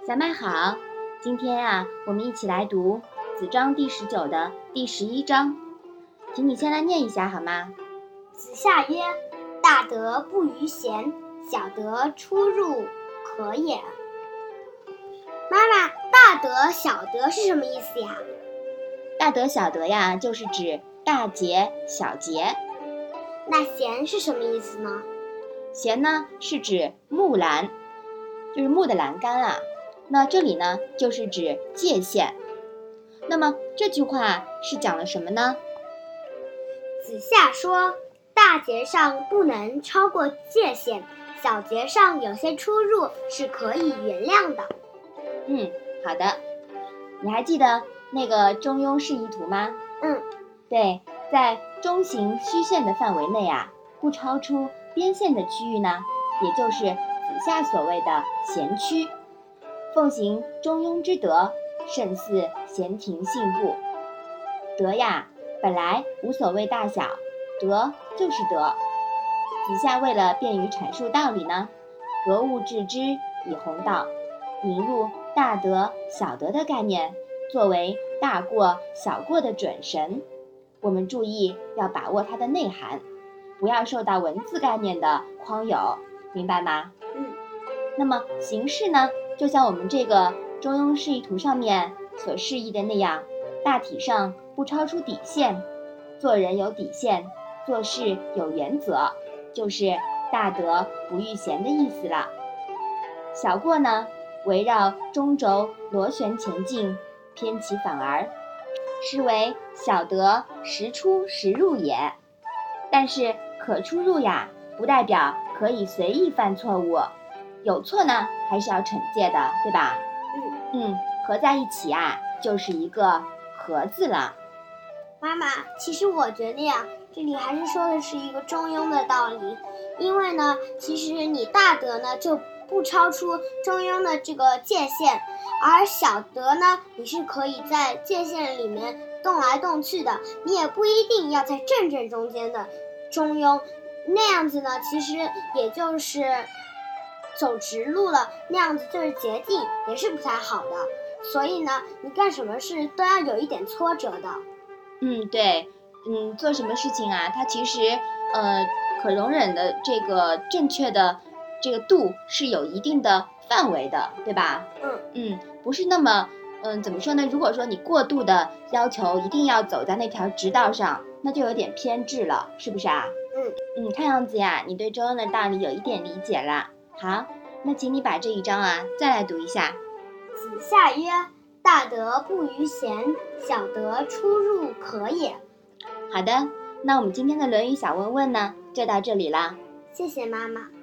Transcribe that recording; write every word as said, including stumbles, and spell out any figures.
小麦好，今天啊，我们一起来读子章第十九的第十一章，请你先来念一下好吗？ 子夏曰：大德不逾贤，小德出入可也。妈妈，大德小德是什么意思呀？ 大德小德呀，就是指大节小节。 那贤是什么意思呢？ 贤呢是指木栏，就是木的栏杆啊。那这里呢就是指界限。那么这句话是讲了什么呢？ 子夏说，大节上不能超过界限，小节上有些出入是可以原谅的。 嗯，好的。你还记得那个中庸适宜图吗？ 嗯， 对，在中行虚线的范围内啊，不超出边线的区域呢，也就是子夏所谓的贤区。奉行中庸之德，胜似闲庭信步。德呀，本来无所谓大小，德就是德。子夏为了便于阐述道理呢，格物致知以弘道，引入大德小德的概念，作为大过小过的准绳。我们注意要把握它的内涵，不要受到文字概念的框有，明白吗？ 嗯。 那么形式呢，就像我们这个中庸适宜图上面所示意的那样，大体上不超出底线，做人有底线，做事有原则，就是大德不逾贤的意思了。小过呢，围绕中轴螺旋前进，偏其反而，是为小德时出时入也。但是可出入呀，不代表可以随意犯错误，有错呢还是要惩戒的，对吧？ 嗯嗯，合在一起啊，就是一个和字了。 妈妈，其实我觉得呀，这里还是说的是一个中庸的道理，因为呢，其实你大德呢就不超出中庸的这个界限，而小德呢，你是可以在界限里面动来动去的，你也不一定要在正正中间的中庸，那样子呢，其实也就是走直路了，那样子就是捷径，也是不太好的。所以呢，你干什么事都要有一点挫折的。 嗯，对，嗯，做什么事情啊，它其实呃可容忍的这个正确的这个度是有一定的范围的，对吧？ 嗯嗯，不是那么嗯怎么说呢？如果说你过度的要求一定要走在那条直道上，那就有点偏执了，是不是啊？ 嗯嗯，看样子呀，你对中庸的道理有一点理解了。好，那请你把这一章啊再来读一下。 子夏曰：大德不逾贤，小德出入可也。 好的，那我们今天的《论语小问问》呢，就到这里了。 谢谢妈妈。